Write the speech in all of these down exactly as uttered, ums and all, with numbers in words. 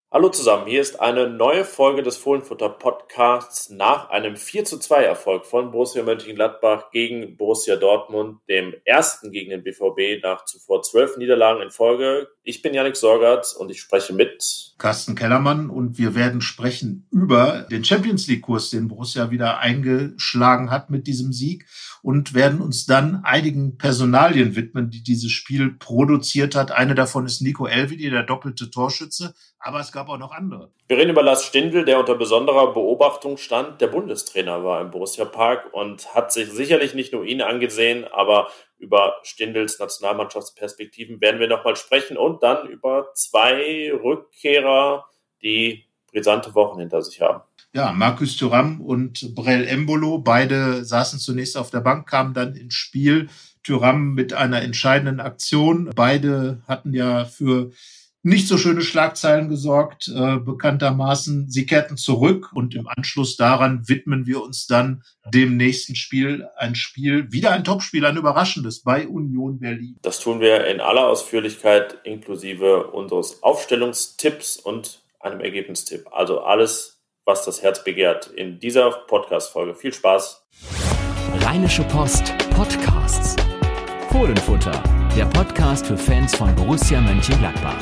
Hallo zusammen, hier ist eine neue Folge des Fohlenfutter Podcasts nach einem vier zu zwei Erfolg von Borussia Mönchengladbach gegen Borussia Dortmund, dem ersten gegen den B V B nach zuvor zwölf Niederlagen in Folge. Ich bin Yannick Sorgatz und ich spreche mit Carsten Kellermann und wir werden sprechen über den Champions-League-Kurs, den Borussia wieder eingeschlagen hat mit diesem Sieg und werden uns dann einigen Personalien widmen, die dieses Spiel produziert hat. Eine davon ist Nico Elvedi, der doppelte Torschütze, aber es gab auch noch andere. Wir reden über Lars Stindl, der unter besonderer Beobachtung stand. Der Bundestrainer war im Borussia Park und hat sich sicherlich nicht nur ihn angesehen, aber über Stindls Nationalmannschaftsperspektiven werden wir nochmal sprechen und dann über zwei Rückkehrer, die brisante Wochen hinter sich haben. Ja, Marcus Thuram und Breel Embolo, beide saßen zunächst auf der Bank, kamen dann ins Spiel. Thuram mit einer entscheidenden Aktion. Beide hatten ja für nicht so schöne Schlagzeilen gesorgt, äh, bekanntermaßen. Sie kehrten zurück und im Anschluss daran widmen wir uns dann dem nächsten Spiel. Ein Spiel, wieder ein Topspiel, ein überraschendes bei Union Berlin. Das tun wir in aller Ausführlichkeit inklusive unseres Aufstellungstipps und einem Ergebnistipp. Also alles, was das Herz begehrt in dieser Podcast-Folge. Viel Spaß. Rheinische Post Podcasts. Fohlenfutter, der Podcast für Fans von Borussia Mönchengladbach.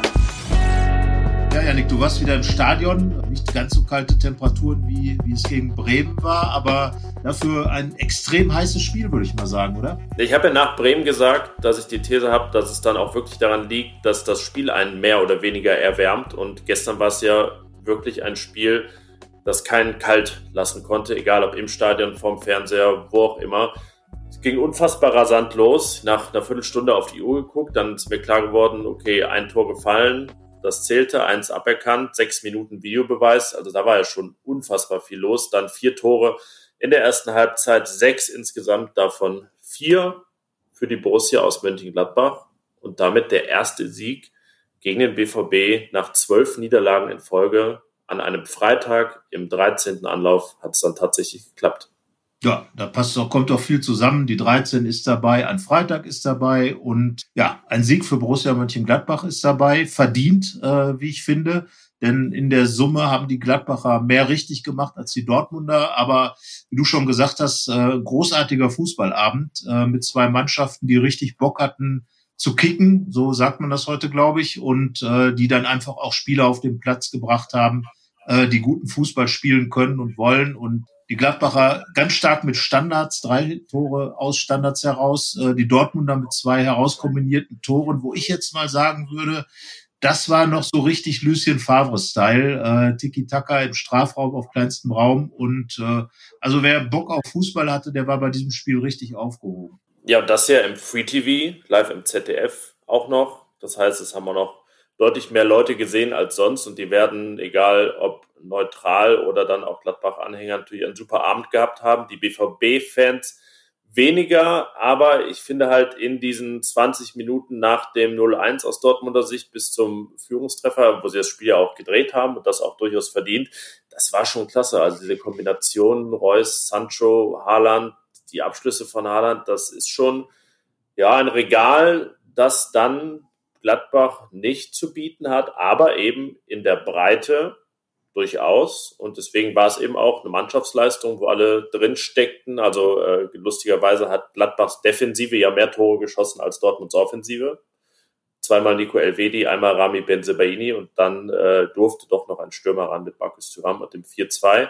Ja, Yannick, du warst wieder im Stadion. Nicht ganz so kalte Temperaturen, wie, wie es gegen Bremen war, aber dafür ein extrem heißes Spiel, würde ich mal sagen, oder? Ich habe ja nach Bremen gesagt, dass ich die These habe, dass es dann auch wirklich daran liegt, dass das Spiel einen mehr oder weniger erwärmt. Und gestern war es ja wirklich ein Spiel, das keinen kalt lassen konnte, egal ob im Stadion, vorm Fernseher, wo auch immer. Es ging unfassbar rasant los. Nach einer Viertelstunde auf die Uhr geguckt, dann ist mir klar geworden, okay, ein Tor gefallen. Das zählte, eins aberkannt, sechs Minuten Videobeweis, also da war ja schon unfassbar viel los. Dann vier Tore in der ersten Halbzeit, sechs insgesamt, davon vier für die Borussia aus Mönchengladbach und damit der erste Sieg gegen den B V B nach zwölf Niederlagen in Folge. An einem Freitag im dreizehnten Anlauf hat es dann tatsächlich geklappt. Ja, da passt auch, kommt auch viel zusammen. Die dreizehn ist dabei, ein Freitag ist dabei und ja, ein Sieg für Borussia Mönchengladbach ist dabei. Verdient, äh, wie ich finde, denn in der Summe haben die Gladbacher mehr richtig gemacht als die Dortmunder. Aber wie du schon gesagt hast, äh, großartiger Fußballabend äh, mit zwei Mannschaften, die richtig Bock hatten zu kicken, so sagt man das heute, glaube ich, und äh, die dann einfach auch Spieler auf den Platz gebracht haben, äh, die guten Fußball spielen können und wollen. Und die Gladbacher ganz stark mit Standards, drei Tore aus Standards heraus, äh, die Dortmunder mit zwei herauskombinierten Toren, wo ich jetzt mal sagen würde, das war noch so richtig Lucien Favre-Style, äh, Tiki-Taka im Strafraum auf kleinstem Raum. Und äh, also wer Bock auf Fußball hatte, der war bei diesem Spiel richtig aufgehoben. Ja, und das ja im Free-T V, live im Z D F auch noch. Das heißt, es haben wir noch deutlich mehr Leute gesehen als sonst und die werden, egal ob neutral oder dann auch Gladbach-Anhänger, natürlich einen super Abend gehabt haben. Die B V B-Fans weniger, aber ich finde halt in diesen zwanzig Minuten nach dem null eins aus Dortmunder Sicht bis zum Führungstreffer, wo sie das Spiel ja auch gedreht haben und das auch durchaus verdient, das war schon klasse. Also diese Kombination Reus, Sancho, Haaland, die Abschlüsse von Haaland, das ist schon ja ein Regal, das dann Gladbach nicht zu bieten hat, aber eben in der Breite durchaus. Und deswegen war es eben auch eine Mannschaftsleistung, wo alle drin steckten. Also äh, lustigerweise hat Gladbachs Defensive ja mehr Tore geschossen als Dortmunds Offensive. Zweimal Nico Elvedi, einmal Rami Bensebaini und dann äh, durfte doch noch ein Stürmer ran mit Marcus Thuram und dem vier zwei.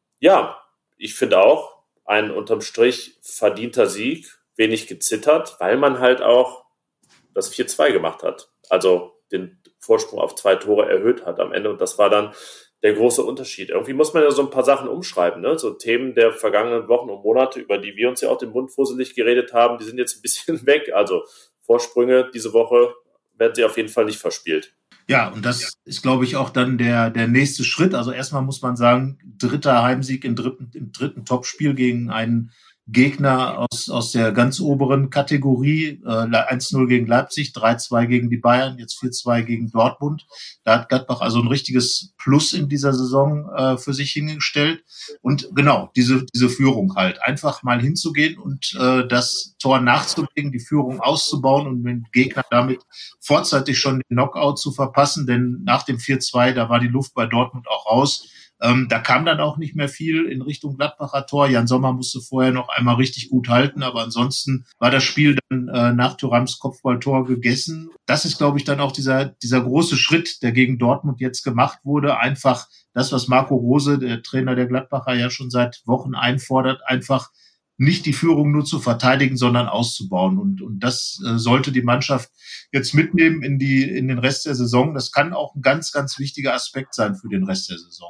Ja, ich finde auch, ein unterm Strich verdienter Sieg, wenig gezittert, weil man halt auch das vier zwei gemacht hat. Also den Vorsprung auf zwei Tore erhöht hat am Ende. Und das war dann der große Unterschied. Irgendwie muss man ja so ein paar Sachen umschreiben, ne? So Themen der vergangenen Wochen und Monate, über die wir uns ja auch den Mund fusselig geredet haben, die sind jetzt ein bisschen weg. Also Vorsprünge diese Woche werden sie auf jeden Fall nicht verspielt. Ja, und das ist, glaube ich, auch dann der, der nächste Schritt. Also erstmal muss man sagen, dritter Heimsieg im dritten, im dritten Topspiel gegen einen Gegner aus, aus der ganz oberen Kategorie, äh, eins null gegen Leipzig, drei zwei gegen die Bayern, jetzt vier zwei gegen Dortmund. Da hat Gladbach also ein richtiges Plus in dieser Saison äh, für sich hingestellt. Und genau, diese diese Führung halt. Einfach mal hinzugehen und äh, das Tor nachzulegen, die Führung auszubauen und den Gegner damit vorzeitig schon den Knockout zu verpassen. Denn nach dem vier zwei, da war die Luft bei Dortmund auch raus. Ähm, da kam dann auch nicht mehr viel in Richtung Gladbacher Tor. Jan Sommer musste vorher noch einmal richtig gut halten, aber ansonsten war das Spiel dann äh, nach Thürams Kopfballtor gegessen. Das ist, glaube ich, dann auch dieser dieser große Schritt, der gegen Dortmund jetzt gemacht wurde. Einfach das, was Marco Rose, der Trainer der Gladbacher, ja schon seit Wochen einfordert, einfach nicht die Führung nur zu verteidigen, sondern auszubauen. Und, und das äh, sollte die Mannschaft jetzt mitnehmen in die in den Rest der Saison. Das kann auch ein ganz, ganz wichtiger Aspekt sein für den Rest der Saison.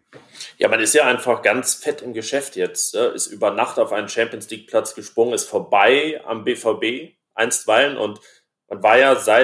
Ja, man ist ja einfach ganz fett im Geschäft jetzt. Ist über Nacht auf einen Champions-League-Platz gesprungen, ist vorbei am B V B einstweilen und man war ja seit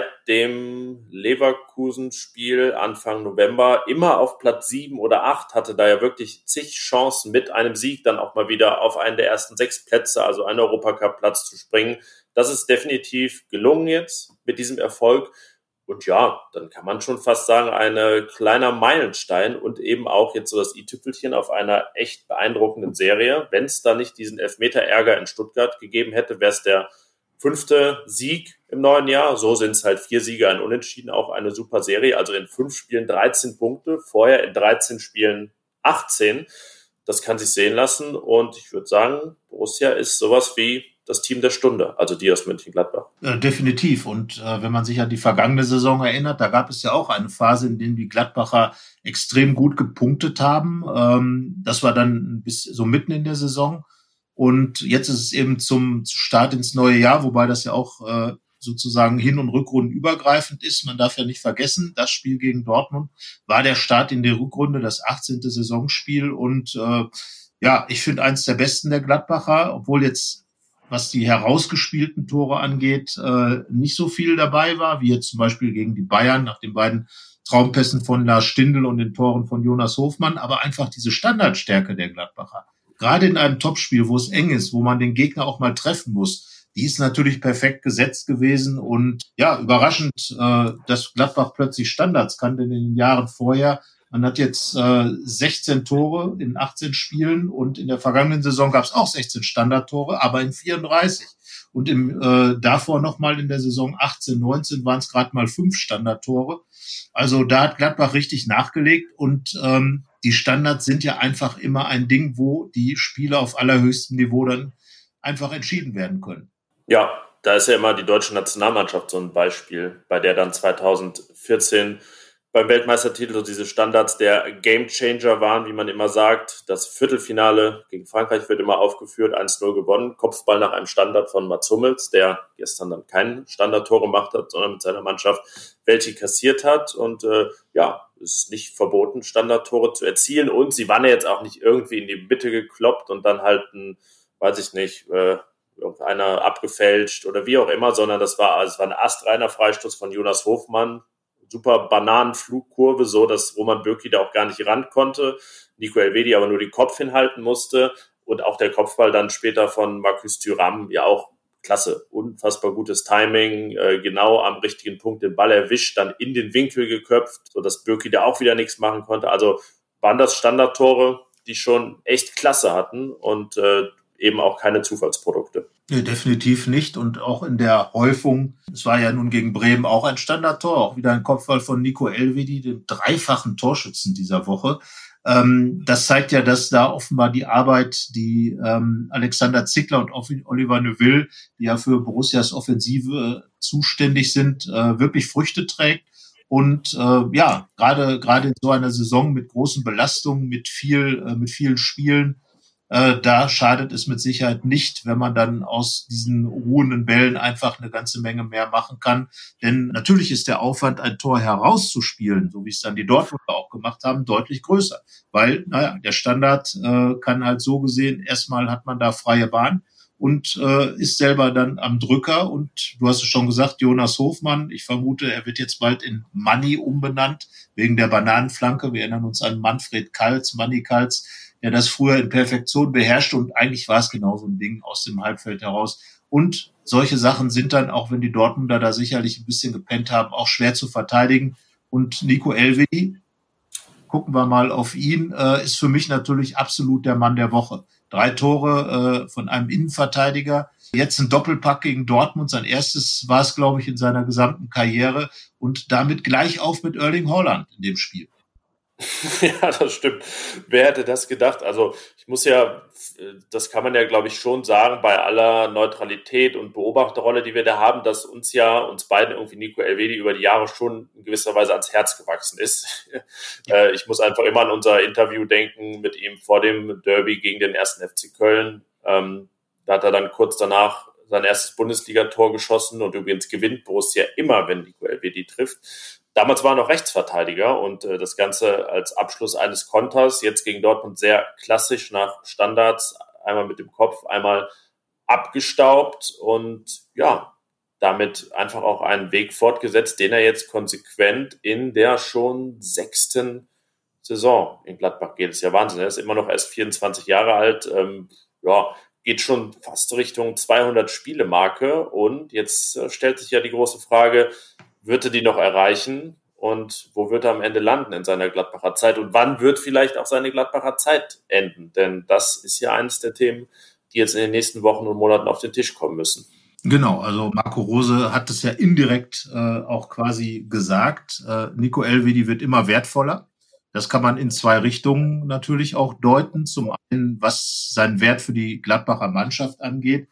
dem Leverkusen-Spiel Anfang November immer auf Platz sieben oder acht, hatte da ja wirklich zig Chancen mit einem Sieg dann auch mal wieder auf einen der ersten sechs Plätze, also einen Europacup-Platz zu springen. Das ist definitiv gelungen jetzt mit diesem Erfolg. Und ja, dann kann man schon fast sagen, ein kleiner Meilenstein und eben auch jetzt so das i-Tüpfelchen auf einer echt beeindruckenden Serie. Wenn es da nicht diesen Elfmeter-Ärger in Stuttgart gegeben hätte, wäre es der fünfte Sieg im neuen Jahr. So sind es halt vier Siege, ein Unentschieden, auch eine super Serie. Also in fünf Spielen dreizehn Punkte, vorher in dreizehn Spielen achtzehn. Das kann sich sehen lassen und ich würde sagen, Borussia ist sowas wie das Team der Stunde, also die aus Mönchengladbach. Äh, definitiv. Und äh, wenn man sich an die vergangene Saison erinnert, da gab es ja auch eine Phase, in der die Gladbacher extrem gut gepunktet haben. Ähm, das war dann bis so mitten in der Saison. Und jetzt ist es eben zum Start ins neue Jahr, wobei das ja auch äh, sozusagen Hin- und Rückrunden übergreifend ist. Man darf ja nicht vergessen, das Spiel gegen Dortmund war der Start in der Rückrunde, das achtzehnte Saisonspiel. Und äh, ja, ich finde eins der besten der Gladbacher, obwohl jetzt was die herausgespielten Tore angeht, äh, nicht so viel dabei war, wie jetzt zum Beispiel gegen die Bayern nach den beiden Traumpässen von Lars Stindl und den Toren von Jonas Hofmann, aber einfach diese Standardstärke der Gladbacher. Gerade in einem Topspiel, wo es eng ist, wo man den Gegner auch mal treffen muss, die ist natürlich perfekt gesetzt gewesen und ja, überraschend, äh, dass Gladbach plötzlich Standards kannte in den Jahren vorher. Man hat jetzt äh, sechzehn Tore in achtzehn Spielen und in der vergangenen Saison gab es auch sechzehn Standardtore, aber in vierunddreißig. Und im äh, davor nochmal in der Saison achtzehn, neunzehn waren es gerade mal fünf Standardtore. Also da hat Gladbach richtig nachgelegt und ähm, die Standards sind ja einfach immer ein Ding, wo die Spiele auf allerhöchstem Niveau dann einfach entschieden werden können. Ja, da ist ja immer die deutsche Nationalmannschaft so ein Beispiel, bei der dann zweitausendvierzehn beim Weltmeistertitel so diese Standards der Gamechanger waren, wie man immer sagt. Das Viertelfinale gegen Frankreich wird immer aufgeführt, eins null gewonnen. Kopfball nach einem Standard von Mats Hummels, der gestern dann kein Standardtor gemacht hat, sondern mit seiner Mannschaft welche kassiert hat. Und äh, ja, es ist nicht verboten, Standardtore zu erzielen. Und sie waren ja jetzt auch nicht irgendwie in die Mitte gekloppt und dann halt ein, weiß ich nicht, äh, irgendeiner abgefälscht oder wie auch immer, sondern das war, also es war ein astreiner Freistoß von Jonas Hofmann. Super Bananenflugkurve, so dass Roman Bürki da auch gar nicht ran konnte. Nico Elvedi aber nur den Kopf hinhalten musste. Und auch der Kopfball dann später von Marcus Thuram, ja auch klasse. Unfassbar gutes Timing, äh, genau am richtigen Punkt den Ball erwischt, dann in den Winkel geköpft, sodass Bürki da auch wieder nichts machen konnte. Also waren das Standardtore, die schon echt klasse hatten und äh, eben auch keine Zufallsprodukte. Nee, definitiv nicht. Und auch in der Häufung, es war ja nun gegen Bremen auch ein Standardtor, auch wieder ein Kopfball von Nico Elvedi, dem dreifachen Torschützen dieser Woche. Ähm, das zeigt ja, dass da offenbar die Arbeit, die ähm, Alexander Zickler und Oliver Neuville, die ja für Borussias Offensive äh, zuständig sind, äh, wirklich Früchte trägt. Und äh, ja, gerade gerade in so einer Saison mit großen Belastungen, mit viel äh, mit vielen Spielen, Äh, da schadet es mit Sicherheit nicht, wenn man dann aus diesen ruhenden Bällen einfach eine ganze Menge mehr machen kann. Denn natürlich ist der Aufwand, ein Tor herauszuspielen, so wie es dann die Dortmunder auch gemacht haben, deutlich größer. Weil, naja, der Standard äh, kann halt so gesehen, erstmal hat man da freie Bahn und äh, ist selber dann am Drücker. Und du hast es schon gesagt, Jonas Hofmann, ich vermute, er wird jetzt bald in Manni umbenannt, wegen der Bananenflanke. Wir erinnern uns an Manfred Kals, Manni Kals, der das früher in Perfektion beherrschte und eigentlich war es genau so ein Ding aus dem Halbfeld heraus. Und solche Sachen sind dann, auch wenn die Dortmunder da sicherlich ein bisschen gepennt haben, auch schwer zu verteidigen. Und Nico Elvedi, gucken wir mal auf ihn, äh, ist für mich natürlich absolut der Mann der Woche. Drei Tore äh, von einem Innenverteidiger. Jetzt ein Doppelpack gegen Dortmund. Sein erstes war es, glaube ich, in seiner gesamten Karriere. Und damit gleich auf mit Erling Haaland in dem Spiel. Ja, das stimmt. Wer hätte das gedacht? Also ich muss ja, das kann man ja, glaube ich, schon sagen, bei aller Neutralität und Beobachterrolle, die wir da haben, dass uns ja, uns beiden irgendwie Nico Elvedi über die Jahre schon in gewisser Weise ans Herz gewachsen ist. Ja. Ich muss einfach immer an unser Interview denken mit ihm vor dem Derby gegen den ersten F C Köln. Ähm, da hat er dann kurz danach sein erstes Bundesligator geschossen und übrigens gewinnt Borussia immer, wenn Nico Elvedi trifft. Damals war er noch Rechtsverteidiger und äh, das Ganze als Abschluss eines Konters, jetzt gegen Dortmund sehr klassisch nach Standards, einmal mit dem Kopf, einmal abgestaubt und ja, damit einfach auch einen Weg fortgesetzt, den er jetzt konsequent in der schon sechsten Saison in Gladbach geht. Das ist ja Wahnsinn, er ist immer noch erst vierundzwanzig Jahre alt, ähm, ja, geht schon fast Richtung zweihundert Spiele-Marke und jetzt äh, stellt sich ja die große Frage, wird er die noch erreichen und wo wird er am Ende landen in seiner Gladbacher Zeit und wann wird vielleicht auch seine Gladbacher Zeit enden? Denn das ist ja eines der Themen, die jetzt in den nächsten Wochen und Monaten auf den Tisch kommen müssen. Genau, also Marco Rose hat es ja indirekt äh, auch quasi gesagt. Äh, Nico Elvedi wird immer wertvoller. Das kann man in zwei Richtungen natürlich auch deuten. Zum einen, was seinen Wert für die Gladbacher Mannschaft angeht.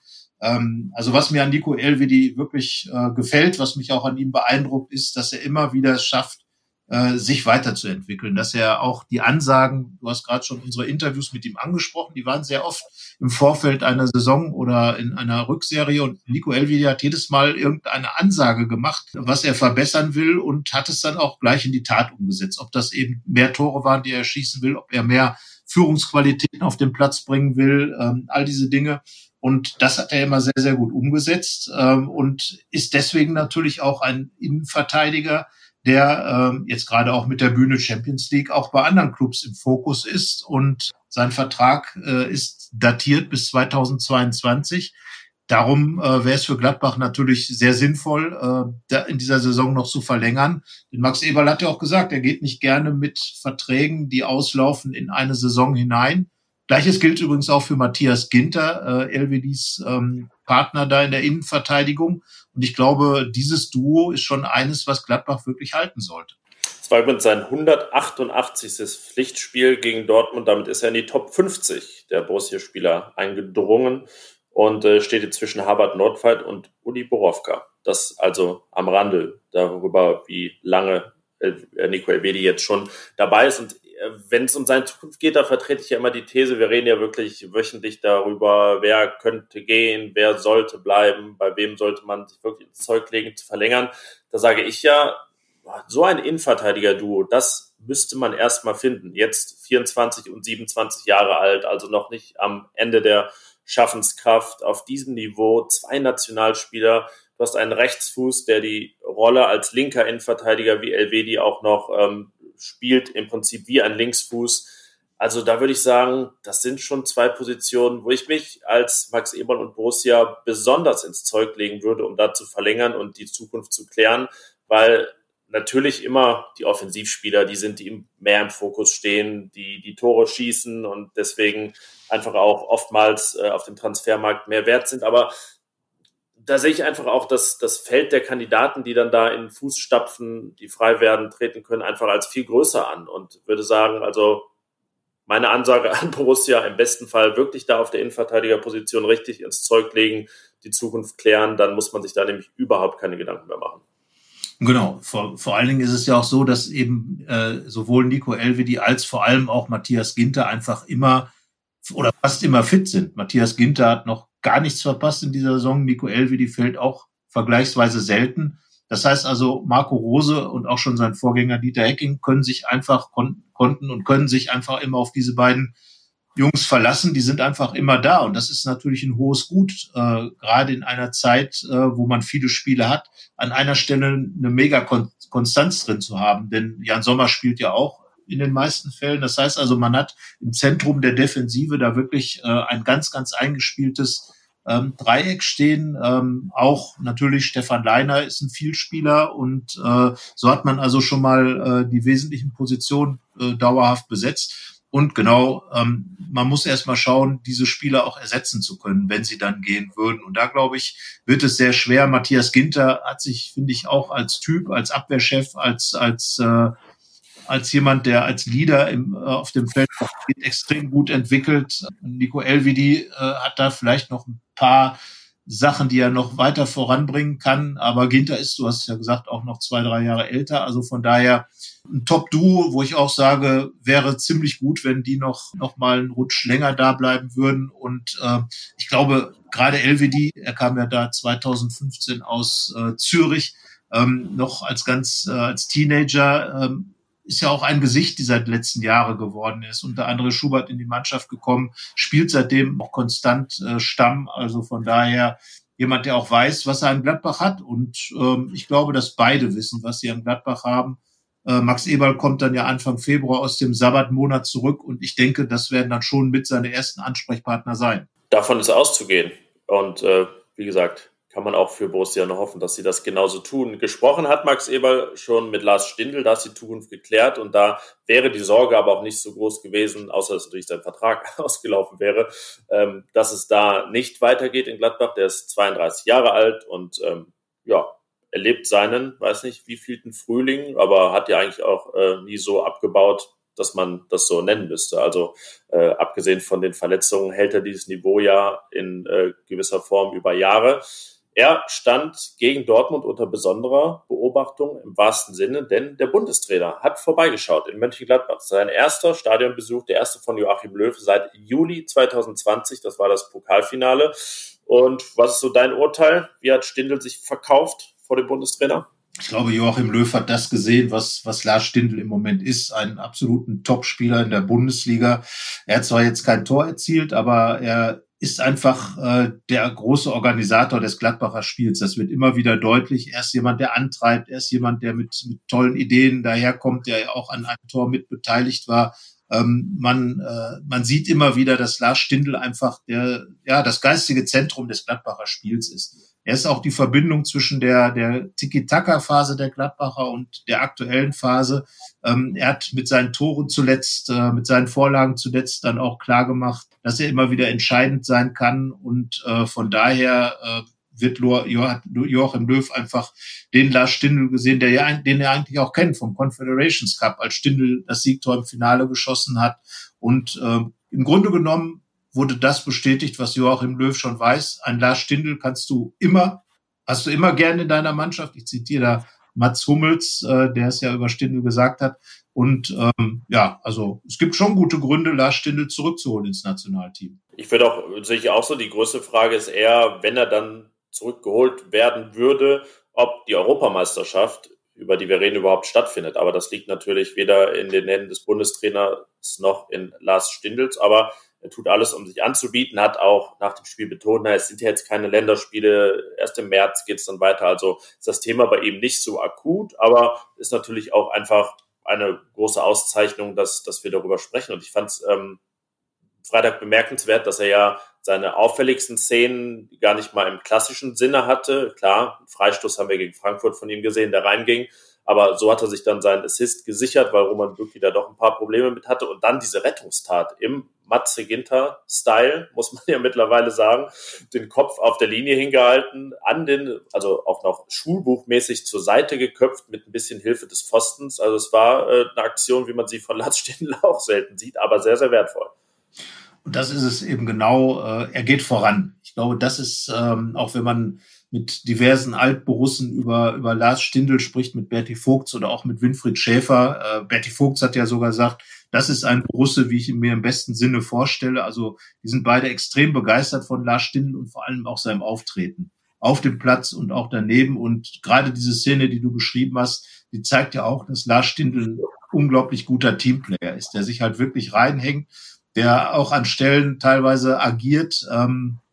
Also was mir an Nico Elvedi wirklich äh, gefällt, was mich auch an ihm beeindruckt, ist, dass er immer wieder es schafft, äh, sich weiterzuentwickeln. Dass er auch die Ansagen, du hast gerade schon unsere Interviews mit ihm angesprochen, die waren sehr oft im Vorfeld einer Saison oder in einer Rückserie und Nico Elvedi hat jedes Mal irgendeine Ansage gemacht, was er verbessern will und hat es dann auch gleich in die Tat umgesetzt. Ob das eben mehr Tore waren, die er schießen will, ob er mehr Führungsqualitäten auf den Platz bringen will, ähm, all diese Dinge. Und das hat er immer sehr, sehr gut umgesetzt ähm, und ist deswegen natürlich auch ein Innenverteidiger, der ähm, jetzt gerade auch mit der Bühne Champions League auch bei anderen Clubs im Fokus ist. Und sein Vertrag äh, ist datiert bis zweitausendzweiundzwanzig. Darum äh, wäre es für Gladbach natürlich sehr sinnvoll, äh, da in dieser Saison noch zu verlängern. Denn Max Eberl hat ja auch gesagt, er geht nicht gerne mit Verträgen, die auslaufen, in eine Saison hinein. Gleiches gilt übrigens auch für Matthias Ginter, äh, Elvedis ähm, Partner da in der Innenverteidigung. Und ich glaube, dieses Duo ist schon eines, was Gladbach wirklich halten sollte. Es war übrigens sein hundertachtundachtzigste Pflichtspiel gegen Dortmund. Damit ist er in die Top fünfzig der Borussia-Spieler eingedrungen und äh, steht jetzt zwischen Habert Nordfeld und Uli Borowka. Das also am Rande darüber, wie lange äh, Nico Elvedi jetzt schon dabei ist. Und wenn es um seine Zukunft geht, da vertrete ich ja immer die These, wir reden ja wirklich wöchentlich darüber, wer könnte gehen, wer sollte bleiben, bei wem sollte man sich wirklich ins Zeug legen, zu verlängern. Da sage ich ja, so ein Innenverteidiger-Duo, das müsste man erstmal finden. Jetzt vierundzwanzig und siebenundzwanzig Jahre alt, also noch nicht am Ende der Schaffenskraft, auf diesem Niveau, zwei Nationalspieler. Du hast einen Rechtsfuß, der die Rolle als linker Innenverteidiger wie Elvedi auch noch ähm, spielt, im Prinzip wie ein Linksfuß. Also da würde ich sagen, das sind schon zwei Positionen, wo ich mich als Max Eberl und Borussia besonders ins Zeug legen würde, um da zu verlängern und die Zukunft zu klären, weil natürlich immer die Offensivspieler, die sind, die mehr im Fokus stehen, die die Tore schießen und deswegen einfach auch oftmals äh, auf dem Transfermarkt mehr wert sind, aber da sehe ich einfach auch, dass das Feld der Kandidaten, die dann da in Fußstapfen, die frei werden, treten können, einfach als viel größer an und würde sagen, also meine Ansage an Borussia, im besten Fall wirklich da auf der Innenverteidigerposition richtig ins Zeug legen, die Zukunft klären, dann muss man sich da nämlich überhaupt keine Gedanken mehr machen. Genau, vor, vor allen Dingen ist es ja auch so, dass eben äh, sowohl Nico Elvedi als vor allem auch Matthias Ginter einfach immer oder fast immer fit sind. Matthias Ginter hat noch gar nichts verpasst in dieser Saison. Nico Elvedi fällt auch vergleichsweise selten. Das heißt also, Marco Rose und auch schon sein Vorgänger Dieter Hecking können sich einfach, kon- konnten und können sich einfach immer auf diese beiden Jungs verlassen. Die sind einfach immer da. Und das ist natürlich ein hohes Gut, äh, gerade in einer Zeit, äh, wo man viele Spiele hat, an einer Stelle eine mega Kon- Konstanz drin zu haben. Denn Jan Sommer spielt ja auch in den meisten Fällen. Das heißt also, man hat im Zentrum der Defensive da wirklich äh, ein ganz, ganz eingespieltes ähm, Dreieck stehen. Ähm, auch natürlich Stefan Leiner ist ein Vielspieler und äh, so hat man also schon mal äh, die wesentlichen Positionen äh, dauerhaft besetzt. Und genau, ähm, man muss erst mal schauen, diese Spieler auch ersetzen zu können, wenn sie dann gehen würden. Und da, glaube ich, wird es sehr schwer. Matthias Ginter hat sich, finde ich, auch als Typ, als Abwehrchef, als als äh, als jemand, der als Leader im, äh, auf dem Feld steht, extrem gut entwickelt. Nico Elvedi äh, hat da vielleicht noch ein paar Sachen, die er noch weiter voranbringen kann. Aber Ginter ist, du hast es ja gesagt, auch noch zwei, drei Jahre älter. Also von daher ein Top-Duo, wo ich auch sage, wäre ziemlich gut, wenn die noch noch mal einen Rutsch länger da bleiben würden. Und äh, ich glaube, gerade Elvedi, er kam ja da zweitausendfünfzehn aus äh, Zürich, ähm, noch als ganz äh, als Teenager, ähm, ist ja auch ein Gesicht dieser letzten Jahre geworden. Er ist unter anderem Schubert in die Mannschaft gekommen, spielt seitdem auch konstant äh, Stamm. Also von daher jemand, der auch weiß, was er in Gladbach hat. Und ähm, ich glaube, dass beide wissen, was sie in Gladbach haben. Äh, Max Eberl kommt dann ja Anfang Februar aus dem Sabbatmonat zurück. Und ich denke, das werden dann schon mit seine ersten Ansprechpartner sein. Davon ist auszugehen. Und äh, wie gesagt, kann man auch für Borussia nur hoffen, dass sie das genauso tun. Gesprochen hat Max Eberl schon mit Lars Stindl, da ist die Zukunft geklärt und da wäre die Sorge aber auch nicht so groß gewesen, außer dass natürlich sein Vertrag ausgelaufen wäre, ähm, dass es da nicht weitergeht in Gladbach. Der ist zweiunddreißig Jahre alt und ähm, ja, erlebt seinen, weiß nicht wievielten Frühling, aber hat ja eigentlich auch äh, nie so abgebaut, dass man das so nennen müsste. Also äh, abgesehen von den Verletzungen hält er dieses Niveau ja in äh, gewisser Form über Jahre. Er stand gegen Dortmund unter besonderer Beobachtung im wahrsten Sinne, denn der Bundestrainer hat vorbeigeschaut in Mönchengladbach. Sein erster Stadionbesuch, der erste von Joachim Löw seit Juli zweitausendzwanzig, das war das Pokalfinale. Und was ist so dein Urteil? Wie hat Stindl sich verkauft vor dem Bundestrainer? Ich glaube, Joachim Löw hat das gesehen, was, was Lars Stindl im Moment ist. Einen absoluten Top-Spieler in der Bundesliga. Er hat zwar jetzt kein Tor erzielt, aber er ist einfach äh, der große Organisator des Gladbacher Spiels. Das wird immer wieder deutlich. Er ist jemand, der antreibt. Er ist jemand, der mit, mit tollen Ideen daherkommt, der ja auch an einem Tor mit beteiligt war. Ähm, man, äh, man sieht immer wieder, dass Lars Stindl einfach der, ja, das geistige Zentrum des Gladbacher Spiels ist. Er ist auch die Verbindung zwischen der, der Tiki-Taka-Phase der Gladbacher und der aktuellen Phase. Ähm, er hat mit seinen Toren zuletzt, äh, mit seinen Vorlagen zuletzt dann auch klar gemacht, dass er immer wieder entscheidend sein kann. Und äh, von daher äh, wird Lo- jo- Joachim Löw einfach den Lars Stindl gesehen, der ja, den er eigentlich auch kennt vom Confederations Cup, als Stindl das Siegtor im Finale geschossen hat. Und äh, im Grunde genommen wurde das bestätigt, was Joachim Löw schon weiß. Ein Lars Stindl kannst du immer, hast du immer gerne in deiner Mannschaft. Ich zitiere da Mats Hummels, äh, der es ja über Stindl gesagt hat. Und ähm, ja, also es gibt schon gute Gründe, Lars Stindl zurückzuholen ins Nationalteam. Ich würde auch, sehe ich auch so, die größte Frage ist eher, wenn er dann zurückgeholt werden würde, ob die Europameisterschaft, über die wir reden, überhaupt stattfindet. Aber das liegt natürlich weder in den Händen des Bundestrainers noch in Lars Stindls. Aber er tut alles, um sich anzubieten, hat auch nach dem Spiel betont, na, es sind ja jetzt keine Länderspiele, erst im März geht es dann weiter. Also ist das Thema bei ihm nicht so akut, aber ist natürlich auch einfach eine große Auszeichnung, dass, dass wir darüber sprechen. Und ich fand es ähm, Freitag bemerkenswert, dass er ja seine auffälligsten Szenen gar nicht mal im klassischen Sinne hatte. Klar, einen Freistoß haben wir gegen Frankfurt von ihm gesehen, der reinging. Aber so hat er sich dann seinen Assist gesichert, weil Roman Bürki da doch ein paar Probleme mit hatte. Und dann diese Rettungstat im Matze Ginter-Style, muss man ja mittlerweile sagen, den Kopf auf der Linie hingehalten, an den, also auch noch schulbuchmäßig zur Seite geköpft mit ein bisschen Hilfe des Pfostens. Also es war äh, eine Aktion, wie man sie von Lars Stindl auch selten sieht, aber sehr, sehr wertvoll. Und das ist es eben genau, äh, er geht voran. Ich glaube, das ist, ähm, auch wenn man mit diversen Altborussen über, über Lars Stindl spricht, mit Berti Vogts oder auch mit Winfried Schäfer. Äh, Berti Vogts hat ja sogar gesagt, das ist ein Borusse, wie ich ihn mir im besten Sinne vorstelle. Also die sind beide extrem begeistert von Lars Stindl und vor allem auch seinem Auftreten auf dem Platz und auch daneben. Und gerade diese Szene, die du beschrieben hast, die zeigt ja auch, dass Lars Stindl ein unglaublich guter Teamplayer ist, der sich halt wirklich reinhängt, der auch an Stellen teilweise agiert, ähm,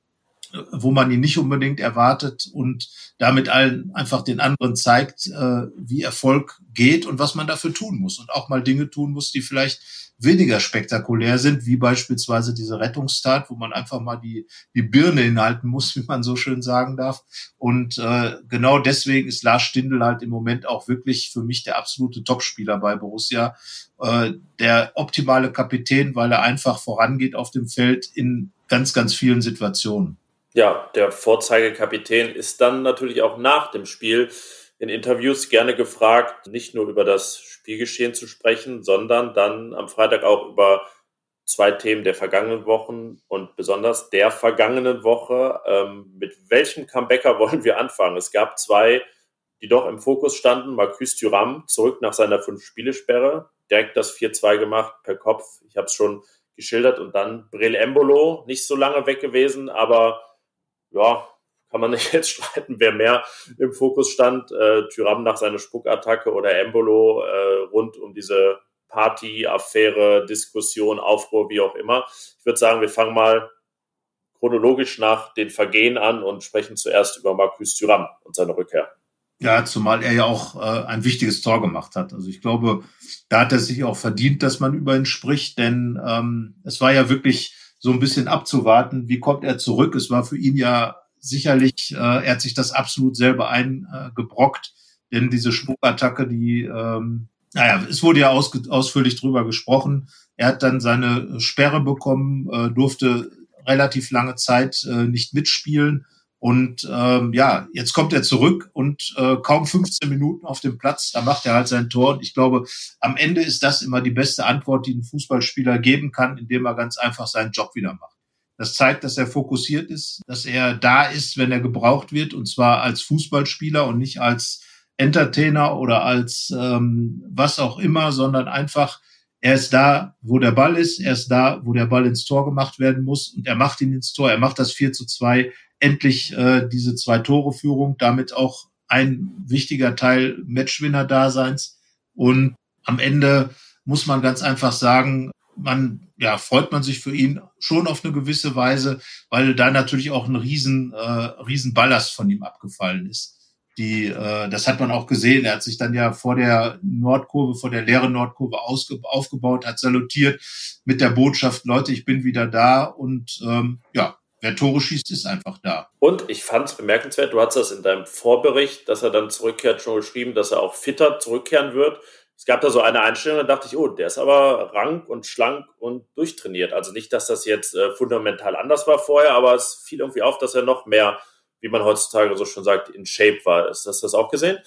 wo man ihn nicht unbedingt erwartet und damit allen einfach den anderen zeigt, äh, wie Erfolg geht und was man dafür tun muss und auch mal Dinge tun muss, die vielleicht weniger spektakulär sind, wie beispielsweise diese Rettungstat, wo man einfach mal die die Birne hinhalten muss, wie man so schön sagen darf. Und äh, genau deswegen ist Lars Stindl halt im Moment auch wirklich für mich der absolute Topspieler bei Borussia, äh, der optimale Kapitän, weil er einfach vorangeht auf dem Feld in ganz, ganz vielen Situationen. Ja, der Vorzeigekapitän ist dann natürlich auch nach dem Spiel in Interviews gerne gefragt, nicht nur über das Spielgeschehen zu sprechen, sondern dann am Freitag auch über zwei Themen der vergangenen Wochen und besonders der vergangenen Woche. Ähm, mit welchem Comebacker wollen wir anfangen? Es gab zwei, die doch im Fokus standen. Marcus Thuram zurück nach seiner Fünf-Spiele-Sperre, direkt das vier zwei gemacht per Kopf. Ich habe es schon geschildert. Und dann Breel Embolo, nicht so lange weg gewesen, aber ja, kann man nicht jetzt streiten, wer mehr im Fokus stand. Äh, Thuram nach seiner Spuckattacke oder Embolo äh, rund um diese Party, Affäre, Diskussion, Aufruhr, wie auch immer. Ich würde sagen, wir fangen mal chronologisch nach den Vergehen an und sprechen zuerst über Marcus Thuram und seine Rückkehr. Ja, zumal er ja auch äh, ein wichtiges Tor gemacht hat. Also ich glaube, da hat er sich auch verdient, dass man über ihn spricht, denn ähm, es war ja wirklich so ein bisschen abzuwarten, wie kommt er zurück. Es war für ihn ja sicherlich, äh, er hat sich das absolut selber eingebrockt, äh, denn diese Spuckattacke, die, ähm, naja, es wurde ja aus, ausführlich drüber gesprochen. Er hat dann seine Sperre bekommen, äh, durfte relativ lange Zeit äh, nicht mitspielen. Und ähm, ja, jetzt kommt er zurück und äh, kaum fünfzehn Minuten auf dem Platz, da macht er halt sein Tor. Und ich glaube, am Ende ist das immer die beste Antwort, die ein Fußballspieler geben kann, indem er ganz einfach seinen Job wieder macht. Das zeigt, dass er fokussiert ist, dass er da ist, wenn er gebraucht wird, und zwar als Fußballspieler und nicht als Entertainer oder als ähm, was auch immer, sondern einfach, er ist da, wo der Ball ist, er ist da, wo der Ball ins Tor gemacht werden muss, und er macht ihn ins Tor, er macht das vier zu zwei, endlich äh, diese Zwei-Tore-Führung, damit auch ein wichtiger Teil Matchwinner-Daseins. Und am Ende muss man ganz einfach sagen, man, ja, freut man sich für ihn schon auf eine gewisse Weise, weil da natürlich auch ein riesen, äh, riesen Ballast von ihm abgefallen ist. Die, äh, das hat man auch gesehen. Er hat sich dann ja vor der Nordkurve, vor der leeren Nordkurve ausge- aufgebaut, hat salutiert mit der Botschaft, Leute, ich bin wieder da, und ähm, ja, wer Tore schießt, ist einfach da. Und ich fand es bemerkenswert, du hast das in deinem Vorbericht, dass er dann zurückkehrt, schon geschrieben, dass er auch fitter zurückkehren wird. Es gab da so eine Einstellung, da dachte ich, oh, der ist aber rank und schlank und durchtrainiert. Also nicht, dass das jetzt äh, fundamental anders war vorher, aber es fiel irgendwie auf, dass er noch mehr, wie man heutzutage so schon sagt, in Shape war. Ist das das auch gesehen?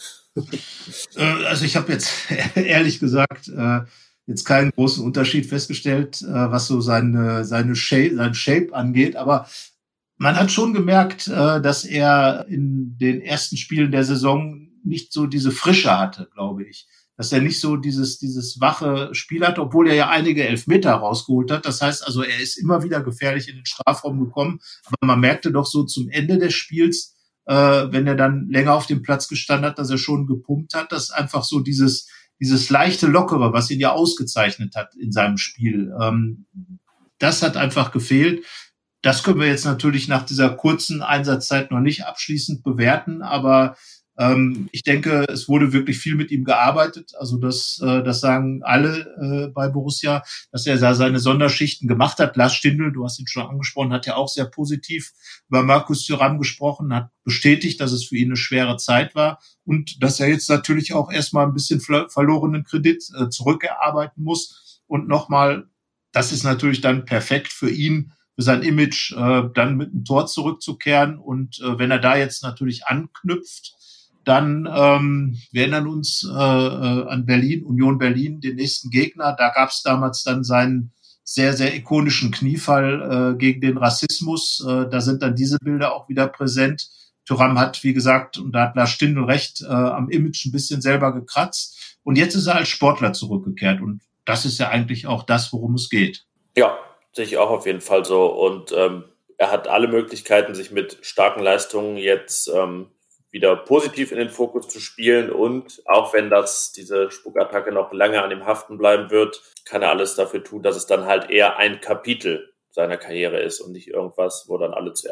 Äh, also ich habe jetzt ehrlich gesagt äh, jetzt keinen großen Unterschied festgestellt, äh, was so seine, seine Shape, sein Shape angeht, aber man hat schon gemerkt, äh, dass er in den ersten Spielen der Saison nicht so diese Frische hatte, glaube ich. Dass er nicht so dieses, dieses wache Spiel hatte, obwohl er ja einige Elfmeter rausgeholt hat. Das heißt also, er ist immer wieder gefährlich in den Strafraum gekommen. Aber man merkte doch so zum Ende des Spiels, äh, wenn er dann länger auf dem Platz gestanden hat, dass er schon gepumpt hat, dass einfach so dieses, dieses leichte Lockere, was ihn ja ausgezeichnet hat in seinem Spiel, ähm, das hat einfach gefehlt. Das können wir jetzt natürlich nach dieser kurzen Einsatzzeit noch nicht abschließend bewerten, aber ähm, ich denke, es wurde wirklich viel mit ihm gearbeitet. Also das, äh, das sagen alle äh, bei Borussia, dass er da seine Sonderschichten gemacht hat. Lars Stindl, du hast ihn schon angesprochen, hat ja auch sehr positiv über Marcus Thuram gesprochen, hat bestätigt, dass es für ihn eine schwere Zeit war und dass er jetzt natürlich auch erstmal ein bisschen verlorenen Kredit äh, zurückerarbeiten muss. Und nochmal, das ist natürlich dann perfekt für ihn, für sein Image, äh, dann mit einem Tor zurückzukehren. Und äh, wenn er da jetzt natürlich anknüpft, dann ähm, wir erinnern uns äh, äh, an Berlin, Union Berlin, den nächsten Gegner. Da gab es damals dann seinen sehr, sehr ikonischen Kniefall äh, gegen den Rassismus. Äh, da sind dann diese Bilder auch wieder präsent. Thuram hat, wie gesagt, und da hat Lars Stindl recht, äh, am Image ein bisschen selber gekratzt. Und jetzt ist er als Sportler zurückgekehrt. Und das ist ja eigentlich auch das, worum es geht. Ja, sehe ich auch auf jeden Fall so. Und ähm, er hat alle Möglichkeiten, sich mit starken Leistungen jetzt ähm, wieder positiv in den Fokus zu spielen, und auch wenn das diese Spuckattacke noch lange an ihm haften bleiben wird, kann er alles dafür tun, dass es dann halt eher ein Kapitel seiner Karriere ist und nicht irgendwas, wo dann alle zuerst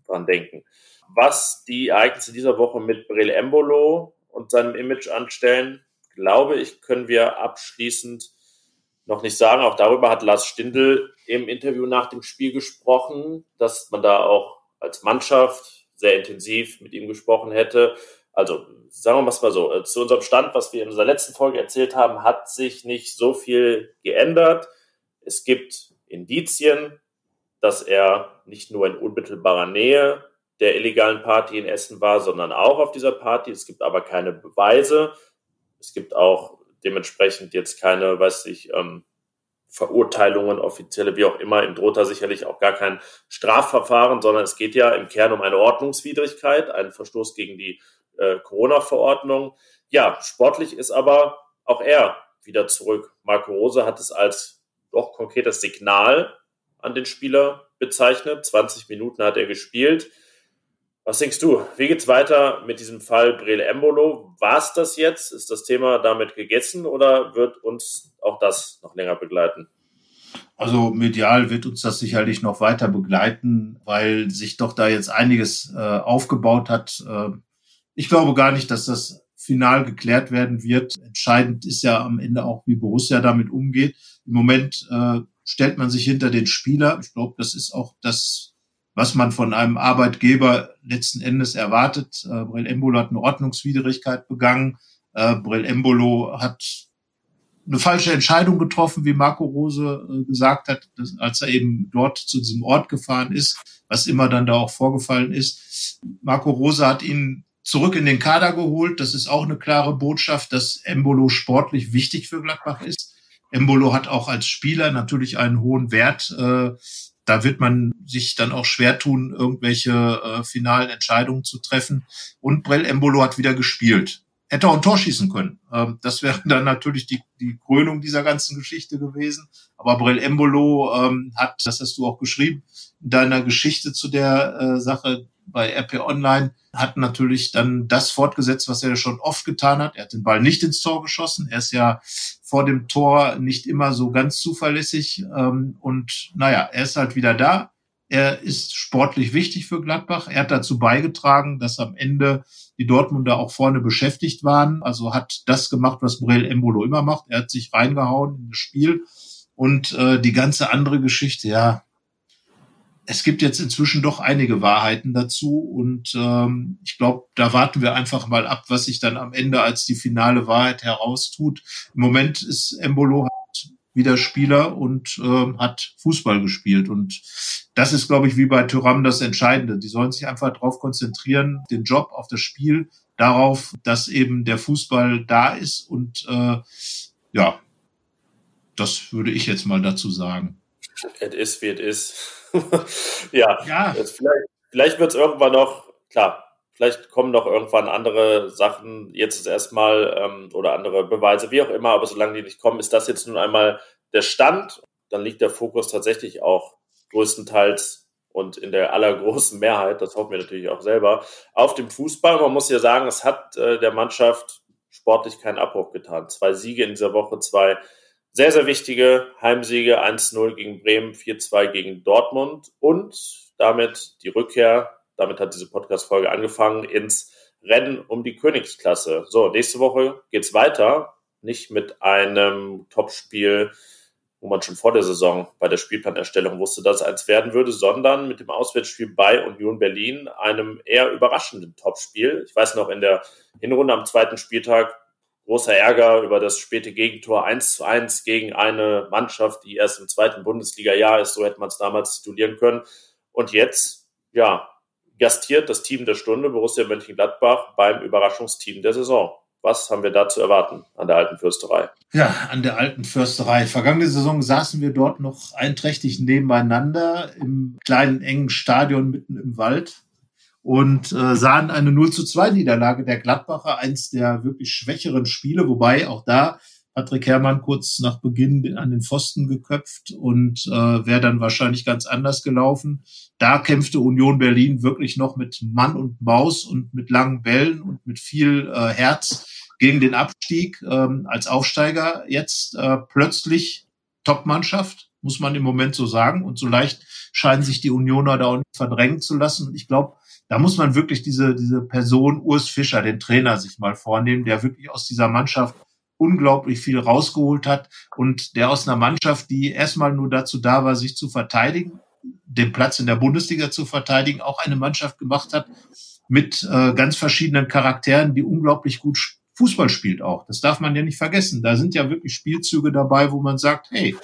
dran denken. Was die Ereignisse dieser Woche mit Breel Embolo und seinem Image anstellen, glaube ich, können wir abschließend noch nicht sagen. Auch darüber hat Lars Stindl im Interview nach dem Spiel gesprochen, dass man da auch als Mannschaft sehr intensiv mit ihm gesprochen hätte. Also sagen wir mal so, zu unserem Stand, was wir in unserer letzten Folge erzählt haben, hat sich nicht so viel geändert. Es gibt Indizien, dass er nicht nur in unmittelbarer Nähe der illegalen Party in Essen war, sondern auch auf dieser Party. Es gibt aber keine Beweise. Es gibt auch dementsprechend jetzt keine, weiß ich, ähm, Verurteilungen, offizielle, wie auch immer. Ihm droht da sicherlich auch gar kein Strafverfahren, sondern es geht ja im Kern um eine Ordnungswidrigkeit, einen Verstoß gegen die äh, Corona-Verordnung. Ja, sportlich ist aber auch er wieder zurück. Marco Rose hat es als doch konkretes Signal an den Spieler bezeichnet. zwanzig Minuten hat er gespielt. Was denkst du? Wie geht's weiter mit diesem Fall Breel Embolo? War es das jetzt? Ist das Thema damit gegessen oder wird uns auch das noch länger begleiten? Also medial wird uns das sicherlich noch weiter begleiten, weil sich doch da jetzt einiges äh, aufgebaut hat. Äh, ich glaube gar nicht, dass das final geklärt werden wird. Entscheidend ist ja am Ende auch, wie Borussia damit umgeht. Im Moment äh, stellt man sich hinter den Spieler. Ich glaube, das ist auch das, was man von einem Arbeitgeber letzten Endes erwartet. Äh, Breel Embolo hat eine Ordnungswidrigkeit begangen. Äh, Breel Embolo hat eine falsche Entscheidung getroffen, wie Marco Rose äh, gesagt hat, dass, als er eben dort zu diesem Ort gefahren ist, was immer dann da auch vorgefallen ist. Marco Rose hat ihn zurück in den Kader geholt. Das ist auch eine klare Botschaft, dass Embolo sportlich wichtig für Gladbach ist. Embolo hat auch als Spieler natürlich einen hohen Wert. Äh, Da wird man sich dann auch schwer tun, irgendwelche äh, finalen Entscheidungen zu treffen. Und Breel Embolo hat wieder gespielt. Hätte auch ein Tor schießen können. Ähm, das wäre dann natürlich die, die Krönung dieser ganzen Geschichte gewesen. Aber Breel Embolo ähm, hat, das hast du auch geschrieben, in deiner Geschichte zu der äh, Sache bei R P Online, hat natürlich dann das fortgesetzt, was er schon oft getan hat. Er hat den Ball nicht ins Tor geschossen. Er ist ja vor dem Tor nicht immer so ganz zuverlässig. Ähm, und naja, er ist halt wieder da. Er ist sportlich wichtig für Gladbach. Er hat dazu beigetragen, dass am Ende die Dortmunder auch vorne beschäftigt waren. Also hat das gemacht, was Breel Embolo immer macht. Er hat sich reingehauen in das Spiel. Und äh, die ganze andere Geschichte, ja, es gibt jetzt inzwischen doch einige Wahrheiten dazu und ähm, ich glaube, da warten wir einfach mal ab, was sich dann am Ende als die finale Wahrheit heraustut. Im Moment ist Embolo halt wieder Spieler und ähm, hat Fußball gespielt und das ist, glaube ich, wie bei Thuram das Entscheidende. Die sollen sich einfach darauf konzentrieren, den Job, auf das Spiel, darauf, dass eben der Fußball da ist und äh, ja, das würde ich jetzt mal dazu sagen. Es ist, wie es ist. ja, ja. Jetzt vielleicht, vielleicht wird es irgendwann noch, klar, vielleicht kommen noch irgendwann andere Sachen, jetzt ist erstmal, ähm, oder andere Beweise, wie auch immer, aber solange die nicht kommen, ist das jetzt nun einmal der Stand. Dann liegt der Fokus tatsächlich auch größtenteils und in der allergroßen Mehrheit, das hoffen wir natürlich auch selber, auf dem Fußball. Man muss ja sagen, es hat äh, der Mannschaft sportlich keinen Abbruch getan. Zwei Siege in dieser Woche, zwei sehr, sehr wichtige Heimsiege, eins null gegen Bremen, vier zwei gegen Dortmund und damit die Rückkehr, damit hat diese Podcast-Folge angefangen, ins Rennen um die Königsklasse. So, nächste Woche geht's weiter, nicht mit einem Topspiel, wo man schon vor der Saison bei der Spielplanerstellung wusste, dass es eins werden würde, sondern mit dem Auswärtsspiel bei Union Berlin, einem eher überraschenden Topspiel. Ich weiß noch, in der Hinrunde am zweiten Spieltag großer Ärger über das späte Gegentor eins zu eins gegen eine Mannschaft, die erst im zweiten Bundesliga-Jahr ist. So hätte man es damals titulieren können. Und jetzt, ja, gastiert das Team der Stunde, Borussia Mönchengladbach, beim Überraschungsteam der Saison. Was haben wir da zu erwarten an der Alten Försterei? Ja, an der Alten Försterei. Vergangene Saison saßen wir dort noch einträchtig nebeneinander im kleinen, engen Stadion mitten im Wald und äh, sahen eine null zu zwei Niederlage der Gladbacher, eins der wirklich schwächeren Spiele, wobei auch da Patrick Herrmann kurz nach Beginn an den Pfosten geköpft und äh, wäre dann wahrscheinlich ganz anders gelaufen. Da kämpfte Union Berlin wirklich noch mit Mann und Maus und mit langen Bällen und mit viel äh, Herz gegen den Abstieg. Ähm, als Aufsteiger jetzt äh, plötzlich Top-Mannschaft, muss man im Moment so sagen. Und so leicht scheinen sich die Unioner da auch nicht verdrängen zu lassen. Und ich glaube, da muss man wirklich diese, diese Person Urs Fischer, den Trainer, sich mal vornehmen, der wirklich aus dieser Mannschaft unglaublich viel rausgeholt hat und der aus einer Mannschaft, die erstmal nur dazu da war, sich zu verteidigen, den Platz in der Bundesliga zu verteidigen, auch eine Mannschaft gemacht hat mit äh, ganz verschiedenen Charakteren, die unglaublich gut Fußball spielt auch. Das darf man ja nicht vergessen. Da sind ja wirklich Spielzüge dabei, wo man sagt, hey,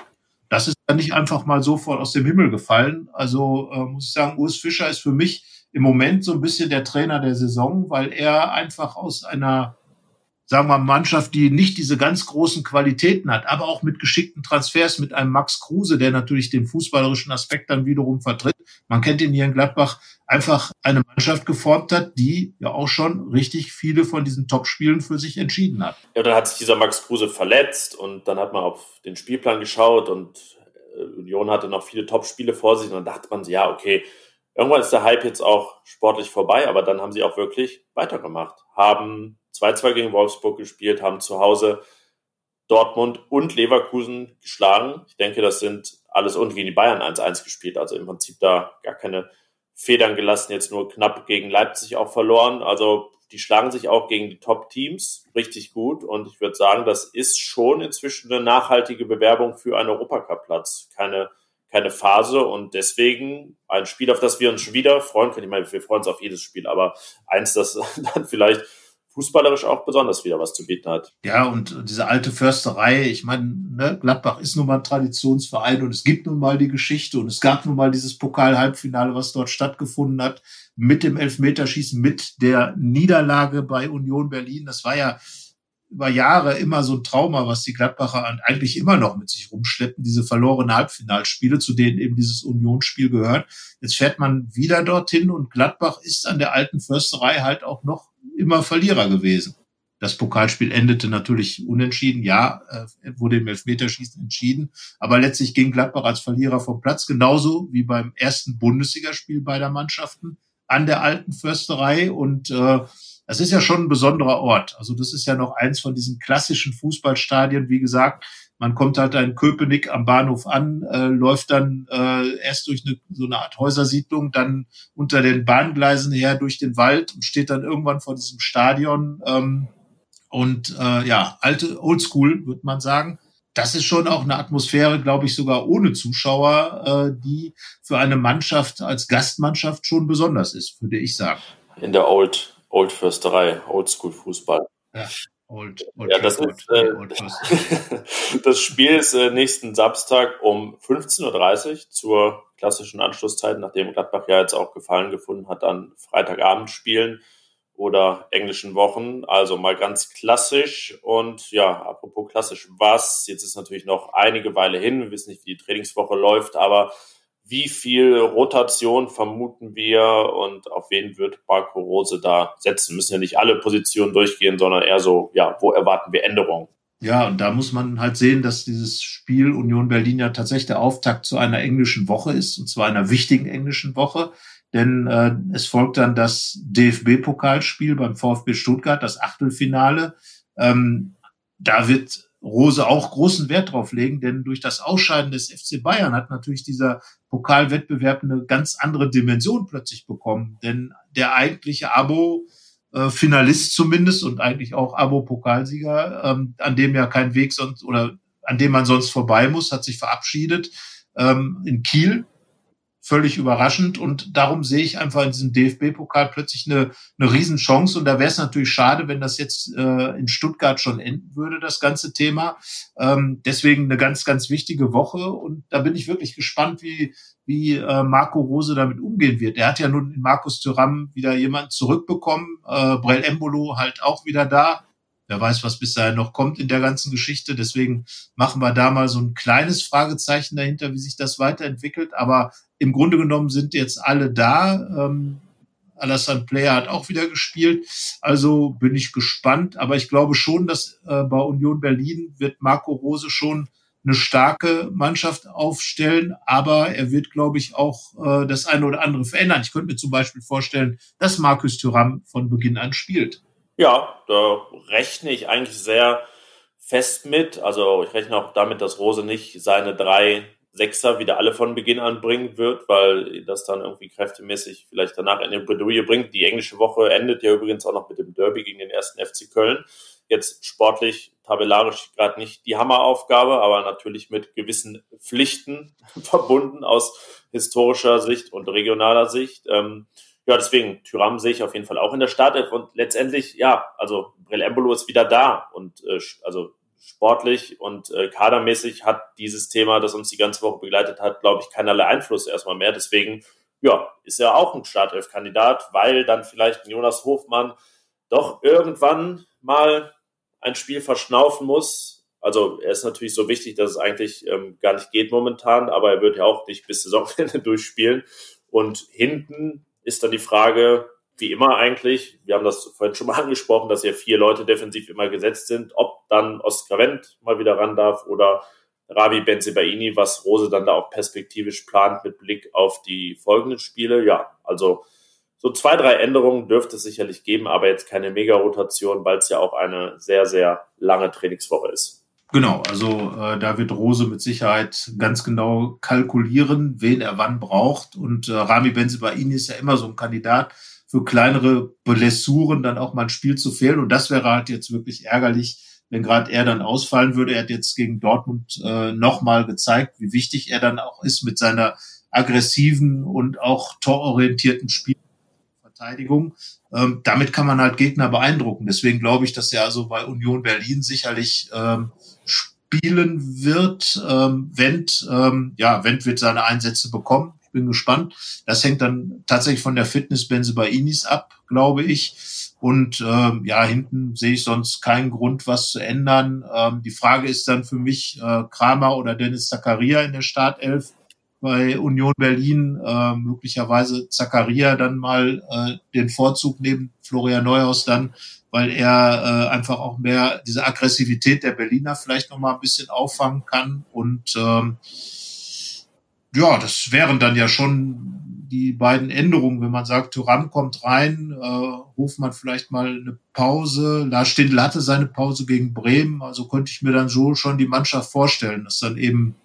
das ist ja nicht einfach mal sofort aus dem Himmel gefallen. Also äh, muss ich sagen, Urs Fischer ist für mich im Moment so ein bisschen der Trainer der Saison, weil er einfach aus einer, sagen wir mal, Mannschaft, die nicht diese ganz großen Qualitäten hat, aber auch mit geschickten Transfers, mit einem Max Kruse, der natürlich den fußballerischen Aspekt dann wiederum vertritt. Man kennt ihn hier in Gladbach, einfach eine Mannschaft geformt hat, die ja auch schon richtig viele von diesen Topspielen für sich entschieden hat. Ja, dann hat sich dieser Max Kruse verletzt und dann hat man auf den Spielplan geschaut und Union hatte noch viele Topspiele vor sich und dann dachte man sich, ja, okay, irgendwann ist der Hype jetzt auch sportlich vorbei, aber dann haben sie auch wirklich weitergemacht, haben zwei zwei gegen Wolfsburg gespielt, haben zu Hause Dortmund und Leverkusen geschlagen. Ich denke, das sind alles und gegen die Bayern eins eins gespielt, also im Prinzip da gar keine Federn gelassen, jetzt nur knapp gegen Leipzig auch verloren. Also die schlagen sich auch gegen die Top-Teams richtig gut und ich würde sagen, das ist schon inzwischen eine nachhaltige Bewerbung für einen Europacup-Platz. Keine keine Phase und deswegen ein Spiel, auf das wir uns schon wieder freuen können. Ich meine, wir freuen uns auf jedes Spiel, aber eins, das dann vielleicht fußballerisch auch besonders wieder was zu bieten hat. Ja, und diese alte Försterei, ich meine, ne, Gladbach ist nun mal ein Traditionsverein und es gibt nun mal die Geschichte und es gab nun mal dieses Pokal-Halbfinale, was dort stattgefunden hat, mit dem Elfmeterschießen, mit der Niederlage bei Union Berlin. Das war ja über Jahre immer so ein Trauma, was die Gladbacher eigentlich immer noch mit sich rumschleppen, diese verlorenen Halbfinalspiele, zu denen eben dieses Unionsspiel gehört. Jetzt fährt man wieder dorthin und Gladbach ist an der alten Försterei halt auch noch immer Verlierer gewesen. Das Pokalspiel endete natürlich unentschieden, ja, wurde im Elfmeterschießen entschieden, aber letztlich ging Gladbach als Verlierer vom Platz, genauso wie beim ersten Bundesligaspiel beider Mannschaften an der alten Försterei und äh, das ist ja schon ein besonderer Ort. Also das ist ja noch eins von diesen klassischen Fußballstadien. Wie gesagt, man kommt halt in Köpenick am Bahnhof an, äh, läuft dann äh, erst durch eine, so eine Art Häusersiedlung, dann unter den Bahngleisen her durch den Wald und steht dann irgendwann vor diesem Stadion. Ähm, und äh, ja, alte Oldschool, würde man sagen. Das ist schon auch eine Atmosphäre, glaube ich, sogar ohne Zuschauer, äh, die für eine Mannschaft als Gastmannschaft schon besonders ist, würde ich sagen. In der Old Old Försterei, Oldschool-Fußball. Ja, old, old, ja, das, old, ist, äh, old das Spiel ist äh, nächsten Samstag um fünfzehn Uhr dreißig zur klassischen Anschlusszeit, nachdem Gladbach ja jetzt auch Gefallen gefunden hat an Freitagabendspielen oder englischen Wochen. Also mal ganz klassisch. Und ja, apropos klassisch, was? Jetzt ist natürlich noch einige Weile hin. Wir wissen nicht, wie die Trainingswoche läuft, aber wie viel Rotation vermuten wir und auf wen wird Marco Rose da setzen? Müssen ja nicht alle Positionen durchgehen, sondern eher so, ja, wo erwarten wir Änderungen? Ja, und da muss man halt sehen, dass dieses Spiel Union Berlin ja tatsächlich der Auftakt zu einer englischen Woche ist, und zwar einer wichtigen englischen Woche, denn äh, es folgt dann das D F B-Pokalspiel beim VfB Stuttgart, das Achtelfinale. Ähm, da wird Rose auch großen Wert drauf legen, denn durch das Ausscheiden des F C Bayern hat natürlich dieser Pokalwettbewerb eine ganz andere Dimension plötzlich bekommen, denn der eigentliche Abo-Finalist zumindest und eigentlich auch Abo-Pokalsieger, ähm, an dem ja kein Weg sonst oder an dem man sonst vorbei muss, hat sich verabschiedet ähm, in Kiel. Völlig überraschend und darum sehe ich einfach in diesem D F B-Pokal plötzlich eine, eine Riesenchance und da wäre es natürlich schade, wenn das jetzt äh, in Stuttgart schon enden würde, das ganze Thema. Ähm, deswegen eine ganz, ganz wichtige Woche und da bin ich wirklich gespannt, wie wie äh, Marco Rose damit umgehen wird. Er hat ja nun in Markus Thuram wieder jemanden zurückbekommen, äh, Brel Embolo halt auch wieder da. Wer weiß, was bis dahin noch kommt in der ganzen Geschichte. Deswegen machen wir da mal so ein kleines Fragezeichen dahinter, wie sich das weiterentwickelt. Aber im Grunde genommen sind jetzt alle da. Ähm, Alassane Player hat auch wieder gespielt. Also bin ich gespannt. Aber ich glaube schon, dass äh, bei Union Berlin wird Marco Rose schon eine starke Mannschaft aufstellen. Aber er wird, glaube ich, auch äh, das eine oder andere verändern. Ich könnte mir zum Beispiel vorstellen, dass Markus Thuram von Beginn an spielt. Ja, da rechne ich eigentlich sehr fest mit. Also ich rechne auch damit, dass Rose nicht seine drei Sechser wieder alle von Beginn an bringen wird, weil das dann irgendwie kräftemäßig vielleicht danach in die Bredouille bringt. Die englische Woche endet ja übrigens auch noch mit dem Derby gegen den ersten F C Köln. Jetzt sportlich, tabellarisch gerade nicht die Hammeraufgabe, aber natürlich mit gewissen Pflichten verbunden aus historischer Sicht und regionaler Sicht. Ähm, ja, deswegen, Thuram sehe ich auf jeden Fall auch in der Startelf und letztendlich, ja, also Breel Embolo ist wieder da und äh, also sportlich und äh, kadermäßig hat dieses Thema, das uns die ganze Woche begleitet hat, glaube ich, keinerlei Einfluss erstmal mehr. Deswegen, ja, ist er auch ein Startelf-Kandidat, weil dann vielleicht ein Jonas Hofmann doch irgendwann mal ein Spiel verschnaufen muss. Also er ist natürlich so wichtig, dass es eigentlich ähm, gar nicht geht momentan, aber er wird ja auch nicht bis Saisonende durchspielen. Und hinten ist dann die Frage, wie immer eigentlich, wir haben das vorhin schon mal angesprochen, dass ja vier Leute defensiv immer gesetzt sind, ob dann Oscar Wendt mal wieder ran darf oder Ravi Bensebaini, was Rose dann da auch perspektivisch plant mit Blick auf die folgenden Spiele. Ja, also so zwei, drei Änderungen dürfte es sicherlich geben, aber jetzt keine Mega-Rotation, weil es ja auch eine sehr, sehr lange Trainingswoche ist. Genau, also äh, da wird Rose mit Sicherheit ganz genau kalkulieren, wen er wann braucht. Und äh, Rami Bensebaini ist ja immer so ein Kandidat für kleinere Blessuren, dann auch mal ein Spiel zu fehlen. Und das wäre halt jetzt wirklich ärgerlich, wenn gerade er dann ausfallen würde. Er hat jetzt gegen Dortmund äh, nochmal gezeigt, wie wichtig er dann auch ist mit seiner aggressiven und auch tororientierten Spielverteidigung. Ähm, damit kann man halt Gegner beeindrucken. Deswegen glaube ich, dass er also bei Union Berlin sicherlich ähm, spielen wird. Ähm, Wendt, ähm, ja, Wendt wird seine Einsätze bekommen. Bin gespannt. Das hängt dann tatsächlich von der Fitness Benzebainis ab, glaube ich. Und ähm, ja, hinten sehe ich sonst keinen Grund, was zu ändern. Ähm, die Frage ist dann für mich äh, Kramer oder Dennis Zakaria in der Startelf bei Union Berlin. Äh, möglicherweise Zakaria dann mal äh, den Vorzug neben Florian Neuhaus dann, weil er äh, einfach auch mehr diese Aggressivität der Berliner vielleicht noch mal ein bisschen auffangen kann. Und ähm, ja, das wären dann ja schon die beiden Änderungen, wenn man sagt, Thuram kommt rein, äh, Hofmann vielleicht mal eine Pause. Lars Stindl hatte seine Pause gegen Bremen, also könnte ich mir dann so schon die Mannschaft vorstellen, dass dann eben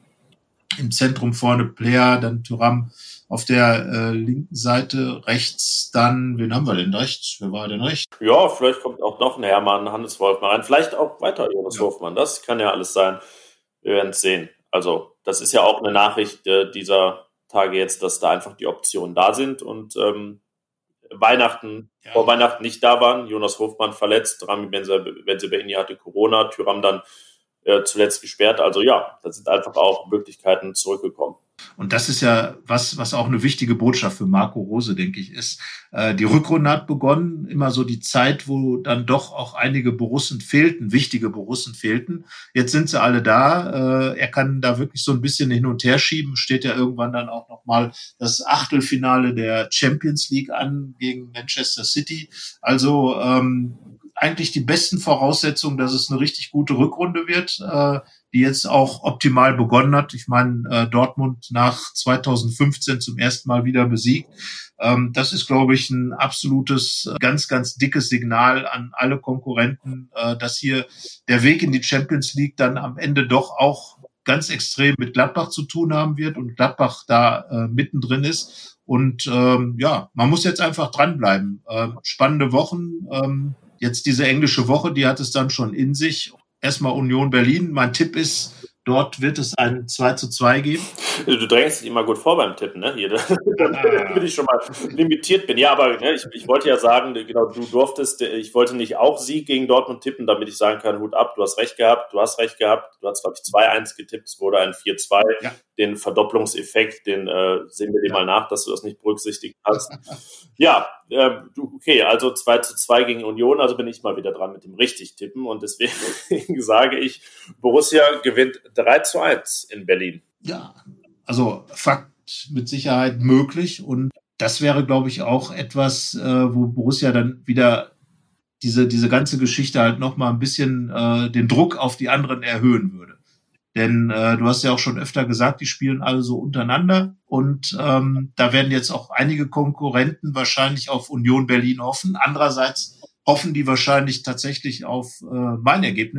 im Zentrum vorne Player, dann Thuram auf der äh, linken Seite, rechts dann, wen haben wir denn rechts? Wer war denn rechts? Ja, vielleicht kommt auch noch ein Hermann, Hannes Wolf mal rein, vielleicht auch weiter Jonas ja. Hofmann, das kann ja alles sein. Wir werden es sehen. Also das ist ja auch eine Nachricht äh, dieser Tage jetzt, dass da einfach die Optionen da sind und ähm, Weihnachten, ja. vor Weihnachten nicht da waren. Jonas Hofmann verletzt, Rami Bensebaini hatte Corona, Thuram dann äh, zuletzt gesperrt. Also ja, da sind einfach auch Möglichkeiten zurückgekommen. Und das ist ja was, was auch eine wichtige Botschaft für Marco Rose, denke ich, ist. Äh, die Rückrunde hat begonnen, immer so die Zeit, wo dann doch auch einige Borussen fehlten, wichtige Borussen fehlten. Jetzt sind sie alle da. Äh, er kann da wirklich so ein bisschen hin und her schieben. Steht ja irgendwann dann auch nochmal das Achtelfinale der Champions League an gegen Manchester City. Also ähm, eigentlich die besten Voraussetzungen, dass es eine richtig gute Rückrunde wird, äh, die jetzt auch optimal begonnen hat. Ich meine, äh, Dortmund nach zweitausendfünfzehn zum ersten Mal wieder besiegt. Ähm, das ist, glaube ich, ein absolutes, ganz, ganz dickes Signal an alle Konkurrenten, äh, dass hier der Weg in die Champions League dann am Ende doch auch ganz extrem mit Gladbach zu tun haben wird und Gladbach da äh, mittendrin ist. Und ähm, ja, man muss jetzt einfach dranbleiben. Ähm, spannende Wochen. Ähm, jetzt diese englische Woche, die hat es dann schon in sich. Erstmal Union Berlin. Mein Tipp ist, dort wird es ein zwei zu zwei geben. Du drängst dich immer gut vor beim Tippen, ne? Hier, damit ah. ich schon mal limitiert bin. Ja, aber ne, ich, ich wollte ja sagen, genau, du durftest, ich wollte nicht auch Sieg gegen Dortmund tippen, damit ich sagen kann, Hut ab, du hast recht gehabt, du hast recht gehabt. Du hast, glaube ich, zwei eins getippt, es wurde ein vier zwei. Ja. Den Verdopplungseffekt, den äh, sehen wir dir ja. mal nach, dass du das nicht berücksichtigt hast. ja, äh, okay, also zwei zu zwei gegen Union, also bin ich mal wieder dran mit dem richtig tippen und deswegen sage ich, Borussia gewinnt drei zu eins in Berlin. Ja, also Fakt mit Sicherheit möglich und das wäre, glaube ich, auch etwas, äh, wo Borussia dann wieder diese diese ganze Geschichte halt noch mal ein bisschen äh, den Druck auf die anderen erhöhen würde. Denn äh, du hast ja auch schon öfter gesagt, die spielen alle so untereinander und ähm, da werden jetzt auch einige Konkurrenten wahrscheinlich auf Union Berlin hoffen. Andererseits hoffen die wahrscheinlich tatsächlich auf äh, mein Ergebnis,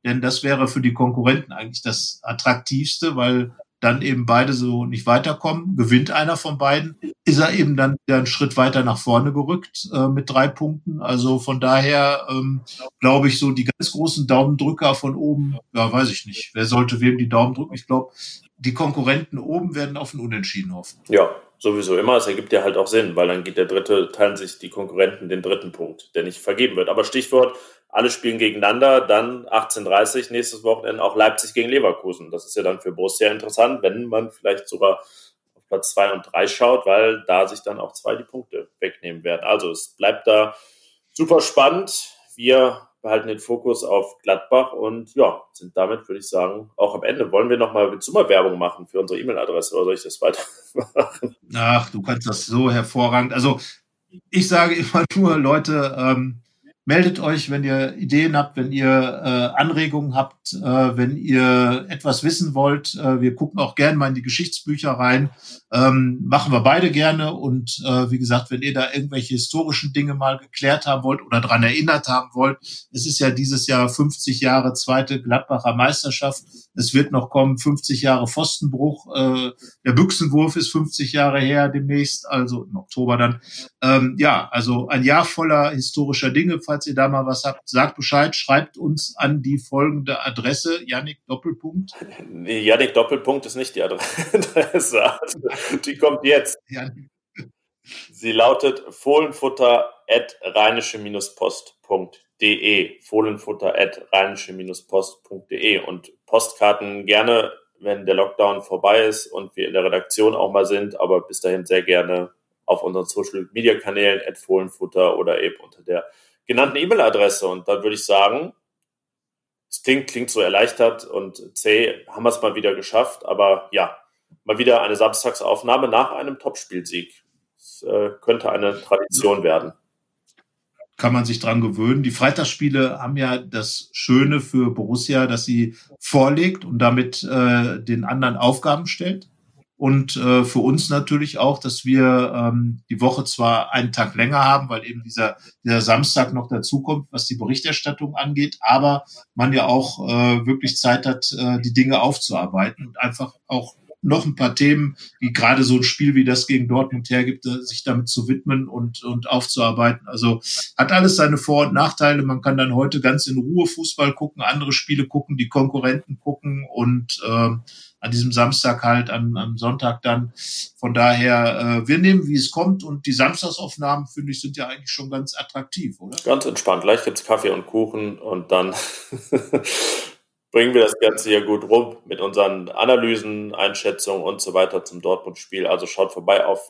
denn das wäre für die Konkurrenten eigentlich das Attraktivste, weil dann eben beide so nicht weiterkommen. Gewinnt einer von beiden, ist er eben dann wieder einen Schritt weiter nach vorne gerückt äh, mit drei Punkten. Also von daher ähm, glaube ich, so die ganz großen Daumendrücker von oben, ja, weiß ich nicht. Wer sollte wem die Daumen drücken? Ich glaube, die Konkurrenten oben werden auf ein Unentschieden hoffen. Ja, sowieso immer. Es ergibt ja halt auch Sinn, weil dann geht der dritte, teilen sich die Konkurrenten den dritten Punkt, der nicht vergeben wird. Aber Stichwort, alle spielen gegeneinander, dann achtzehn Uhr dreißig nächstes Wochenende auch Leipzig gegen Leverkusen. Das ist ja dann für Borussia interessant, wenn man vielleicht sogar auf Platz zwei und drei schaut, weil da sich dann auch zwei die Punkte wegnehmen werden. Also es bleibt da super spannend. Wir behalten den Fokus auf Gladbach und ja, sind damit, würde ich sagen, auch am Ende. Wollen wir nochmal Werbung machen für unsere E-Mail-Adresse oder soll ich das weitermachen? Ach, du kannst das so hervorragend. Also ich sage immer nur, Leute, ähm, meldet euch, wenn ihr Ideen habt, wenn ihr äh, Anregungen habt, äh, wenn ihr etwas wissen wollt. Äh, wir gucken auch gerne mal in die Geschichtsbücher rein. Ähm, machen wir beide gerne. Und äh, wie gesagt, wenn ihr da irgendwelche historischen Dinge mal geklärt haben wollt oder dran erinnert haben wollt, es ist ja dieses Jahr fünfzig Jahre zweite Gladbacher Meisterschaft. Es wird noch kommen fünfzig Jahre Pfostenbruch. Äh, der Büchsenwurf ist fünfzig Jahre her demnächst, also im Oktober dann. Ähm, ja, also ein Jahr voller historischer Dinge. Falls ihr da mal was habt, sagt Bescheid, schreibt uns an die folgende Adresse. Jannik Doppelpunkt. Nee, Jannik Doppelpunkt ist nicht die Adresse. Die kommt jetzt. Jannik. Sie lautet fohlenfutter at rheinische-post punkt de. fohlenfutter at rheinische-post punkt de. Und Postkarten gerne, wenn der Lockdown vorbei ist und wir in der Redaktion auch mal sind, aber bis dahin sehr gerne auf unseren Social-Media-Kanälen at fohlenfutter oder eben unter der genannten E-Mail-Adresse. Und dann würde ich sagen, es klingt, klingt so erleichtert und zäh, haben wir es mal wieder geschafft. Aber ja, mal wieder eine Samstagsaufnahme nach einem Topspielsieg. Es äh, könnte eine Tradition werden. Kann man sich dran gewöhnen. Die Freitagsspiele haben ja das Schöne für Borussia, dass sie vorlegt und damit äh, den anderen Aufgaben stellt. Und äh, für uns natürlich auch, dass wir ähm, die Woche zwar einen Tag länger haben, weil eben dieser, dieser Samstag noch dazukommt, was die Berichterstattung angeht, aber man ja auch äh, wirklich Zeit hat, äh, die Dinge aufzuarbeiten und einfach auch noch ein paar Themen, die gerade so ein Spiel wie das gegen Dortmund hergibt, sich damit zu widmen und, und aufzuarbeiten. Also hat alles seine Vor- und Nachteile. Man kann dann heute ganz in Ruhe Fußball gucken, andere Spiele gucken, die Konkurrenten gucken und äh, an diesem Samstag halt, an, am Sonntag dann. Von daher, äh, wir nehmen, wie es kommt und die Samstagsaufnahmen, finde ich, sind ja eigentlich schon ganz attraktiv, oder? Ganz entspannt. Gleich gibt's Kaffee und Kuchen und dann bringen wir das Ganze hier gut rum mit unseren Analysen, Einschätzungen und so weiter zum Dortmund-Spiel. Also schaut vorbei auf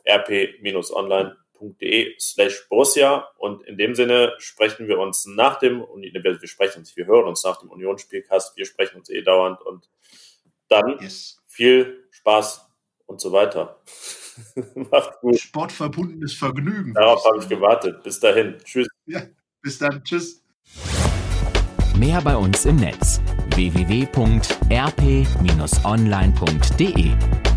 rp-online.de slash Borussia und in dem Sinne sprechen wir uns nach dem, wir sprechen uns, wir hören uns nach dem Union-Spielcast, wir sprechen uns eh dauernd und dann yes. Viel Spaß und so weiter. Macht's gut. Sportverbundenes Vergnügen. Darauf habe ich gewartet. Bis dahin. Tschüss. Ja, bis dann. Tschüss. Mehr bei uns im Netz w w w punkt r p dash online punkt de